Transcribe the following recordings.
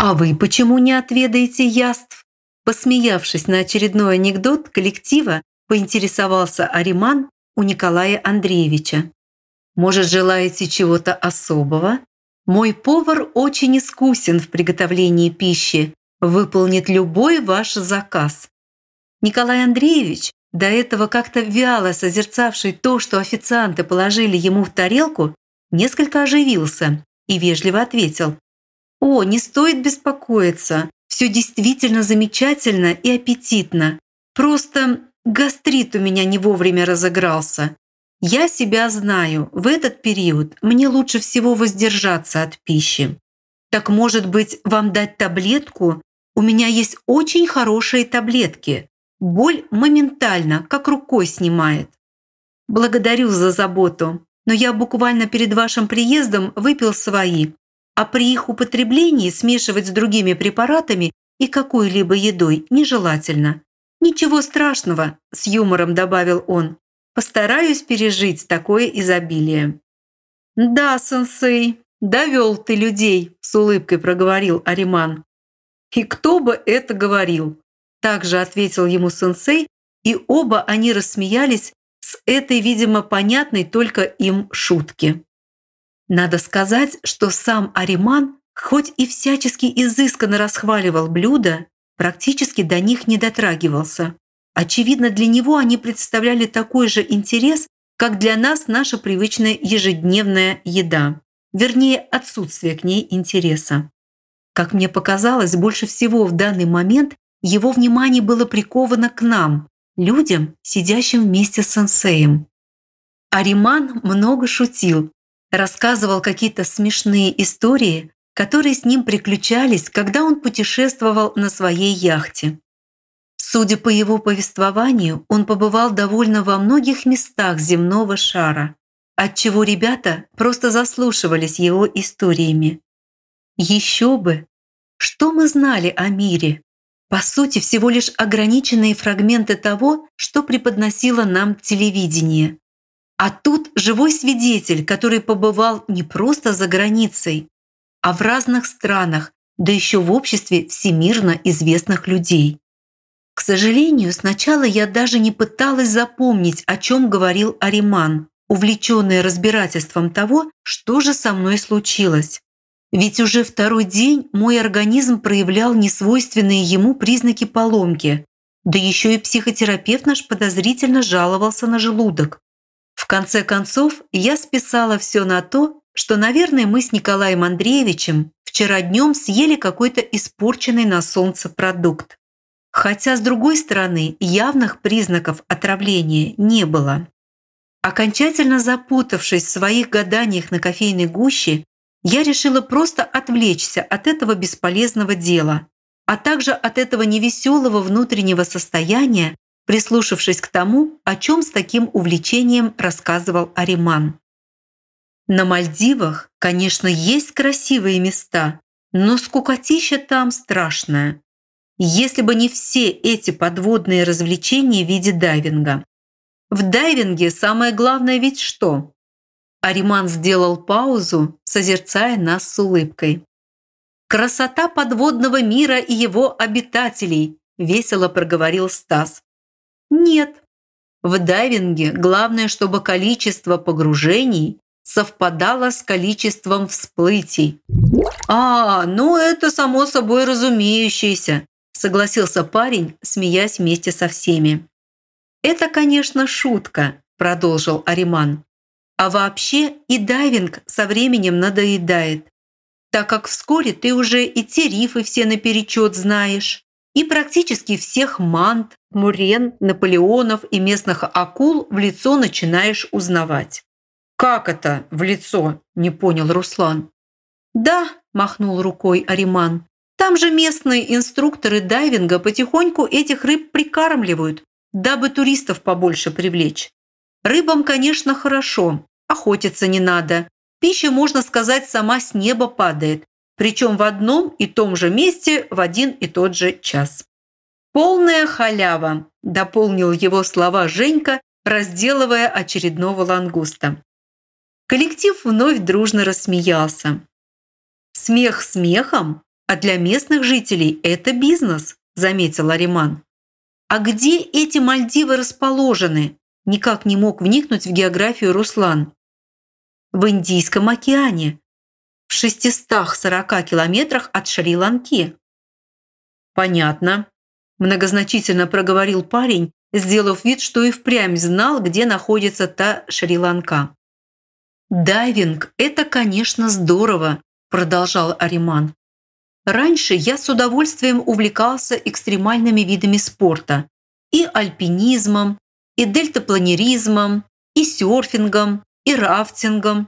«А вы почему не отведаете яств?» Посмеявшись на очередной анекдот коллектива, поинтересовался Ариман у Николая Андреевича. «Может, желаете чего-то особого? Мой повар очень искусен в приготовлении пищи, выполнит любой ваш заказ». Николай Андреевич, до этого как-то вяло созерцавший то, что официанты положили ему в тарелку, несколько оживился и вежливо ответил: «О, не стоит беспокоиться, все действительно замечательно и аппетитно. Просто гастрит у меня не вовремя разыгрался. Я себя знаю, в этот период мне лучше всего воздержаться от пищи. Так, может быть, вам дать таблетку? У меня есть очень хорошие таблетки. Боль моментально, как рукой снимает». «Благодарю за заботу, но я буквально перед вашим приездом выпил свои, а при их употреблении смешивать с другими препаратами и какой-либо едой нежелательно. Ничего страшного», – с юмором добавил он. «Постараюсь пережить такое изобилие». «Да, сенсей, довел ты людей», – с улыбкой проговорил Ариман. «И кто бы это говорил?» – также ответил ему сенсей, и оба они рассмеялись с этой, видимо, понятной только им шутки. Надо сказать, что сам Ариман, хоть и всячески изысканно расхваливал блюда, практически до них не дотрагивался. Очевидно, для него они представляли такой же интерес, как для нас наша привычная ежедневная еда. Вернее, отсутствие к ней интереса. Как мне показалось, больше всего в данный момент его внимание было приковано к нам, людям, сидящим вместе с сенсеем. Ариман много шутил, рассказывал какие-то смешные истории, которые с ним приключались, когда он путешествовал на своей яхте. Судя по его повествованию, он побывал довольно во многих местах земного шара, отчего ребята просто заслушивались его историями. Еще бы! Что мы знали о мире? По сути, всего лишь ограниченные фрагменты того, что преподносило нам телевидение. А тут живой свидетель, который побывал не просто за границей, а в разных странах, да еще в обществе всемирно известных людей. К сожалению, сначала я даже не пыталась запомнить, о чем говорил Ариман, увлеченная разбирательством того, что же со мной случилось. Ведь уже второй день мой организм проявлял несвойственные ему признаки поломки, да еще и психотерапевт наш подозрительно жаловался на желудок. В конце концов, я списала все на то, что, наверное, мы с Николаем Андреевичем вчера днем съели какой-то испорченный на солнце продукт. Хотя, с другой стороны, явных признаков отравления не было. Окончательно запутавшись в своих гаданиях на кофейной гуще, я решила просто отвлечься от этого бесполезного дела, а также от этого невеселого внутреннего состояния, прислушавшись к тому, о чем с таким увлечением рассказывал Ариман. На Мальдивах, конечно, есть красивые места, но скукотища там страшная. Если бы не все эти подводные развлечения в виде дайвинга. В дайвинге самое главное ведь что? Ариман сделал паузу, созерцая нас с улыбкой. «Красота подводного мира и его обитателей», – весело проговорил Стас. «Нет. В дайвинге главное, чтобы количество погружений совпадало с количеством всплытий». Ну это само собой разумеющееся», – согласился парень, смеясь вместе со всеми. «Это, конечно, шутка», – продолжил Ариман. «А вообще и дайвинг со временем надоедает, так как вскоре ты уже и те рифы все наперечет знаешь, и практически всех мант, мурен, наполеонов и местных акул в лицо начинаешь узнавать». «Как это в лицо?» – не понял Руслан. «Да», – махнул рукой Ариман, «там же местные инструкторы дайвинга потихоньку этих рыб прикармливают, дабы туристов побольше привлечь. Рыбам, конечно, хорошо, охотиться не надо. Пища, можно сказать, сама с неба падает, причем в одном и том же месте в один и тот же час». «Полная халява», – дополнил его слова Женька, разделывая очередного лангуста. Коллектив вновь дружно рассмеялся. Смех смехом, А для местных жителей это бизнес, заметил Ариман. А где эти Мальдивы расположены? Никак не мог вникнуть в географию Руслан. В Индийском океане, в 640 километрах от Шри-Ланки. Понятно, многозначительно проговорил парень, сделав вид, что и впрямь знал, где находится та Шри-Ланка. «Дайвинг – это, конечно, здорово», – продолжал Ариман. «Раньше я с удовольствием увлекался экстремальными видами спорта – и альпинизмом, и дельтапланеризмом, и серфингом, и рафтингом».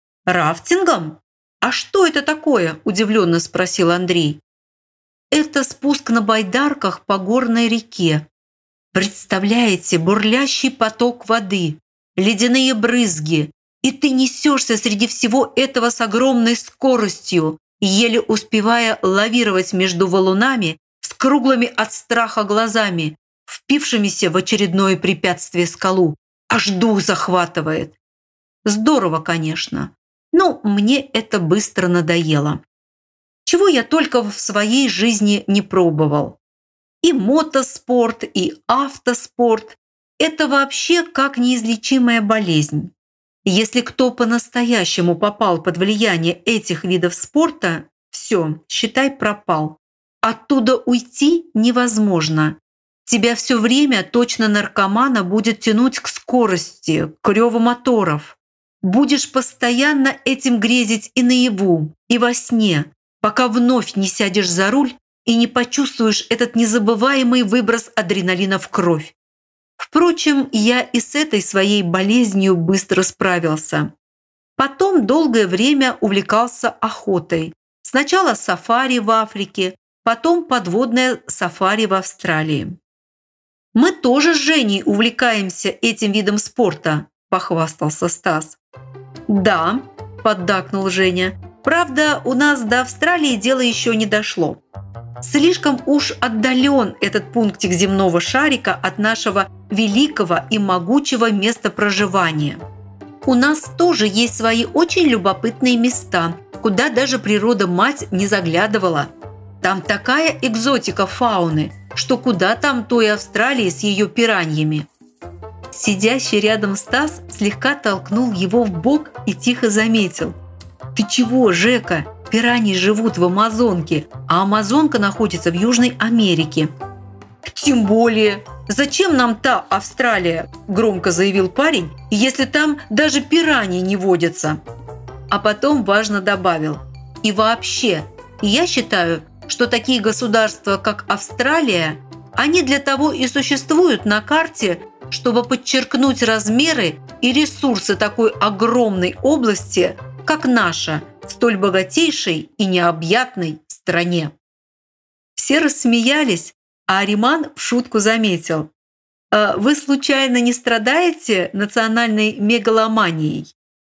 «Рафтингом? А что это такое?» – удивленно спросил Андрей. «Это спуск на байдарках по горной реке. Представляете, бурлящий поток воды, ледяные брызги, и ты несешься среди всего этого с огромной скоростью, еле успевая лавировать между валунами с круглыми от страха глазами, впившимися в очередное препятствие скалу. Аж дух захватывает. Здорово, конечно, но мне это быстро надоело. Чего я только в своей жизни не пробовал. И мотоспорт, и автоспорт – это вообще как неизлечимая болезнь. Если кто по-настоящему попал под влияние этих видов спорта, все, считай, пропал. Оттуда уйти невозможно. Тебя все время точно наркомана будет тянуть к скорости, к реву моторов. Будешь постоянно этим грезить и наяву, и во сне, пока вновь не сядешь за руль и не почувствуешь этот незабываемый выброс адреналина в кровь. Впрочем, я и с этой своей болезнью быстро справился. Потом долгое время увлекался охотой. Сначала сафари в Африке, потом подводное сафари в Австралии. «Мы тоже с Женей увлекаемся этим видом спорта», – похвастался Стас. «Да», – поддакнул Женя. «Правда, у нас до Австралии дело еще не дошло. Слишком уж отдален этот пунктик земного шарика от нашего великого и могучего места проживания. У нас тоже есть свои очень любопытные места, куда даже природа-мать не заглядывала. Там такая экзотика фауны, что куда там той Австралии с ее пираньями». Сидящий рядом Стас слегка толкнул его в бок и тихо заметил: «Ты чего, Жека? Пираньи живут в Амазонке, а Амазонка находится в Южной Америке». «Тем более. Зачем нам та Австралия?» – громко заявил парень, «если там даже пираньи не водятся». А потом важно добавил: «И вообще, я считаю, что такие государства, как Австралия, они для того и существуют на карте, чтобы подчеркнуть размеры и ресурсы такой огромной области, как наша, в столь богатейшей и необъятной стране». Все рассмеялись, а Ариман в шутку заметил: «Вы случайно не страдаете национальной мегаломанией?»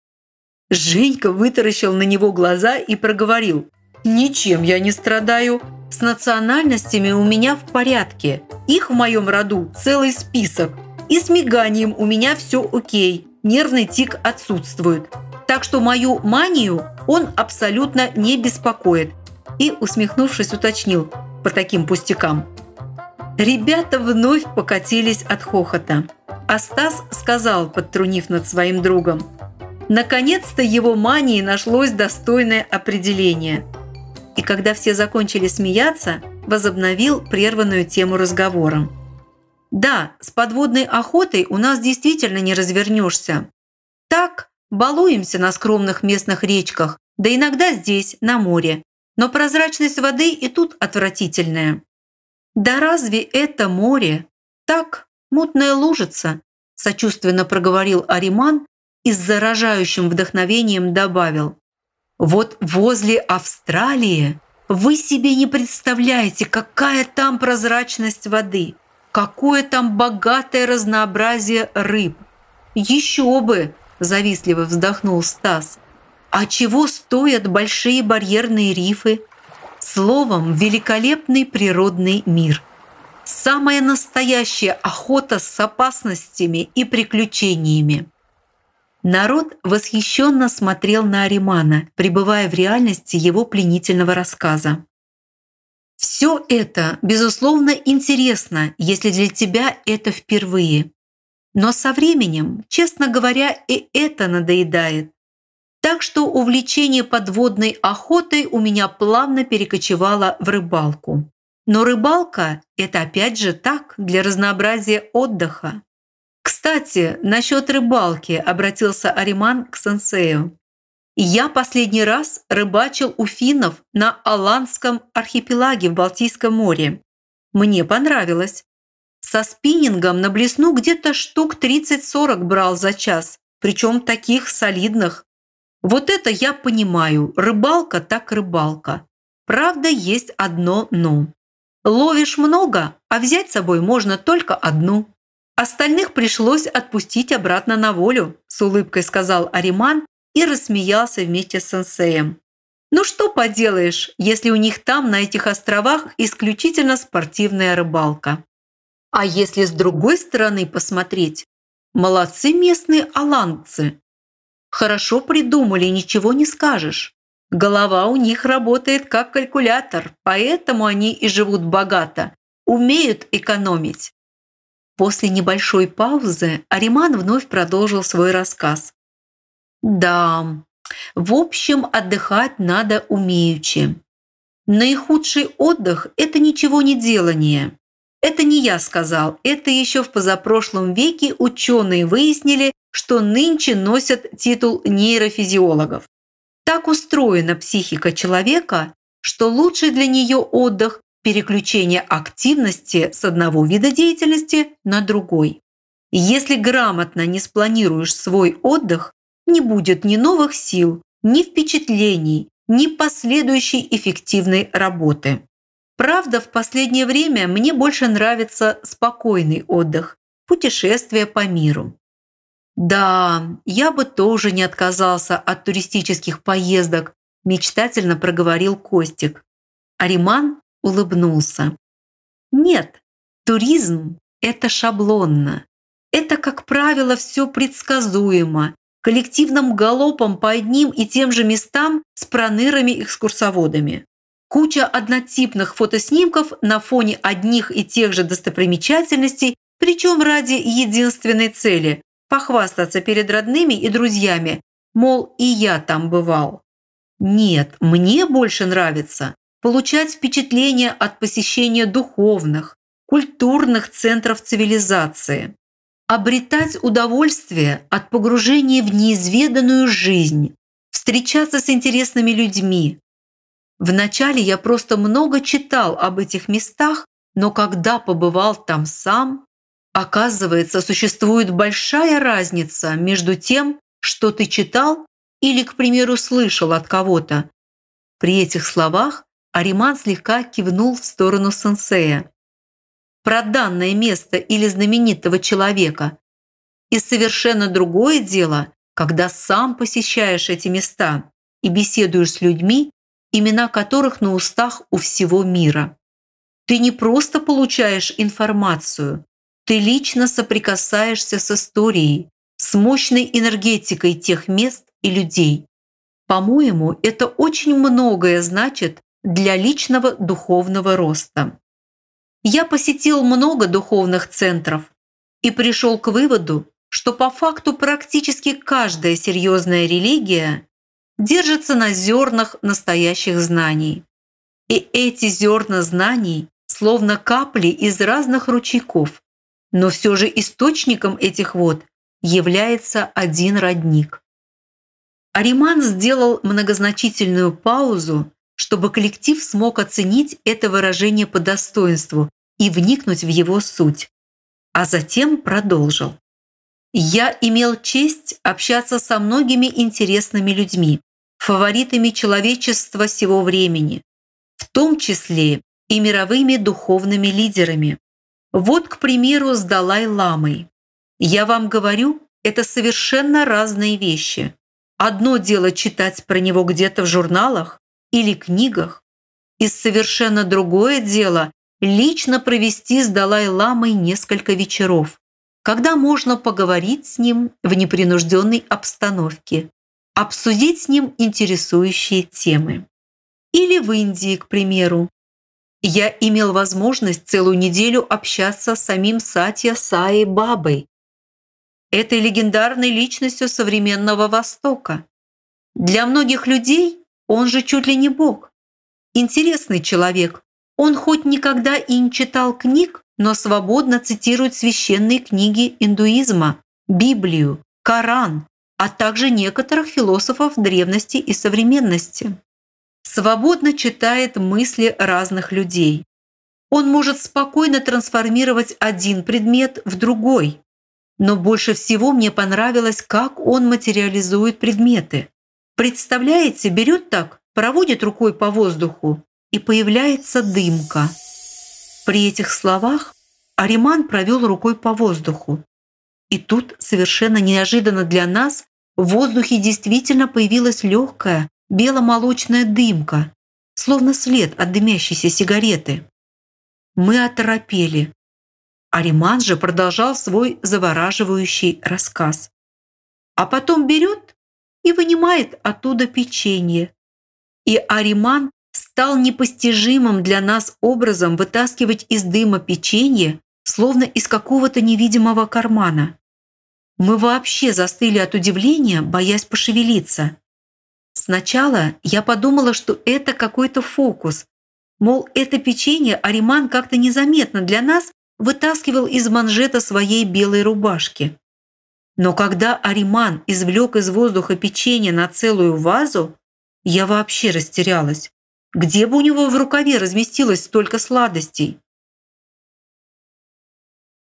Женька вытаращил на него глаза и проговорил: «Ничем я не страдаю. С национальностями у меня в порядке. Их в моем роду целый список. И с миганием у меня все окей. Нервный тик отсутствует. Так что мою манию он абсолютно не беспокоит». И, усмехнувшись, уточнил: «По таким пустякам». Ребята вновь покатились от хохота. А Стас сказал, подтрунив над своим другом: «Наконец-то его мании нашлось достойное определение». И когда все закончили смеяться, возобновил прерванную тему разговором. «Да, с подводной охотой у нас действительно не развернешься. Так, балуемся на скромных местных речках, да иногда здесь, на море. Но прозрачность воды и тут отвратительная». «Да разве это море? Так, мутная лужица», – сочувственно проговорил Ариман и с заражающим вдохновением добавил: «Вот возле Австралии вы себе не представляете, какая там прозрачность воды, какое там богатое разнообразие рыб». «Еще бы!» – завистливо вздохнул Стас. «А чего стоят большие барьерные рифы? Словом, великолепный природный мир. Самая настоящая охота с опасностями и приключениями». Народ восхищенно смотрел на Аримана, пребывая в реальности его пленительного рассказа. Все это, безусловно, интересно, если для тебя это впервые. Но со временем, честно говоря, и это надоедает. Так что увлечение подводной охотой у меня плавно перекочевало в рыбалку. Но рыбалка – это опять же так, для разнообразия отдыха. «Кстати, насчет рыбалки», – обратился Ариман к сенсею. «Я последний раз рыбачил у финнов на Аландском архипелаге в Балтийском море. Мне понравилось. Со спиннингом на блесну где-то штук 30-40 брал за час, причем таких солидных. Вот это я понимаю, рыбалка так рыбалка. Правда, есть одно «но». Ловишь много, а взять с собой можно только одну. Остальных пришлось отпустить обратно на волю», – с улыбкой сказал Ариман и рассмеялся вместе с сенсеем. «Ну что поделаешь, если у них там, на этих островах, исключительно спортивная рыбалка. А если с другой стороны посмотреть, молодцы местные аландцы. Хорошо придумали, ничего не скажешь. Голова у них работает как калькулятор, поэтому они и живут богато, умеют экономить». После небольшой паузы Ариман вновь продолжил свой рассказ. «Да, в общем, отдыхать надо умеючи. Наихудший отдых – это ничего не делание. Это не я сказал, это еще в позапрошлом веке ученые выяснили, что нынче носят титул нейрофизиологов. Так устроена психика человека, что лучший для нее отдых – переключение активности с одного вида деятельности на другой. Если грамотно не спланируешь свой отдых, не будет ни новых сил, ни впечатлений, ни последующей эффективной работы. Правда, в последнее время мне больше нравится спокойный отдых, путешествия по миру. Да, я бы тоже не отказался от туристических поездок, мечтательно проговорил Костик. Ариман улыбнулся. Нет, туризм – это шаблонно. Это, как правило, все предсказуемо, коллективным галопом по одним и тем же местам с пронырами-экскурсоводами. Куча однотипных фотоснимков на фоне одних и тех же достопримечательностей, причем ради единственной цели – похвастаться перед родными и друзьями, мол, и я там бывал. Нет, мне больше нравится получать впечатление от посещения духовных, культурных центров цивилизации, обретать удовольствие от погружения в неизведанную жизнь, встречаться с интересными людьми. Вначале я просто много читал об этих местах, но когда побывал там сам, оказывается, существует большая разница между тем, что ты читал или, к примеру, слышал от кого-то. При этих словах Ариман слегка кивнул в сторону сенсея. Про данное место или знаменитого человека. И совершенно другое дело, когда сам посещаешь эти места и беседуешь с людьми, имена которых на устах у всего мира. Ты не просто получаешь информацию, ты лично соприкасаешься с историей, с мощной энергетикой тех мест и людей. По-моему, это очень многое значит для личного духовного роста. Я посетил много духовных центров и пришел к выводу, что по факту практически каждая серьезная религия держится на зернах настоящих знаний. И эти зерна знаний словно капли из разных ручейков, но все же источником этих вод является один родник. Ариман сделал многозначительную паузу, чтобы коллектив смог оценить это выражение по достоинству и вникнуть в его суть. А затем продолжил. «Я имел честь общаться со многими интересными людьми, фаворитами человечества сего времени, в том числе и мировыми духовными лидерами. Вот, к примеру, с Далай-ламой. Я вам говорю, это совершенно разные вещи. Одно дело читать про него где-то в журналах или книгах, и совершенно другое дело лично провести с Далай-ламой несколько вечеров, когда можно поговорить с ним в непринужденной обстановке, обсудить с ним интересующие темы. Или в Индии, к примеру. Я имел возможность целую неделю общаться с самим Сатья Саи Бабой, этой легендарной личностью современного Востока. Для многих людей он же чуть ли не бог. Интересный человек. Он хоть никогда и не читал книг, но свободно цитирует священные книги индуизма, Библию, Коран, а также некоторых философов древности и современности. Свободно читает мысли разных людей. Он может спокойно трансформировать один предмет в другой. Но больше всего мне понравилось, как он материализует предметы. Представляете, берет так, проводит рукой по воздуху, и появляется дымка. При этих словах Ариман провел рукой по воздуху. И тут, совершенно неожиданно для нас, в воздухе действительно появилась легкая бело-молочная дымка, словно след от дымящейся сигареты. Мы оторопели. Ариман же продолжал свой завораживающий рассказ. А потом берет и вынимает оттуда печенье. И Ариман стал непостижимым для нас образом вытаскивать из дыма печенье, словно из какого-то невидимого кармана. Мы вообще застыли от удивления, боясь пошевелиться. Сначала я подумала, что это какой-то фокус. Мол, это печенье Ариман как-то незаметно для нас вытаскивал из манжета своей белой рубашки. Но когда Ариман извлек из воздуха печенье на целую вазу, я вообще растерялась. Где бы у него в рукаве разместилось столько сладостей?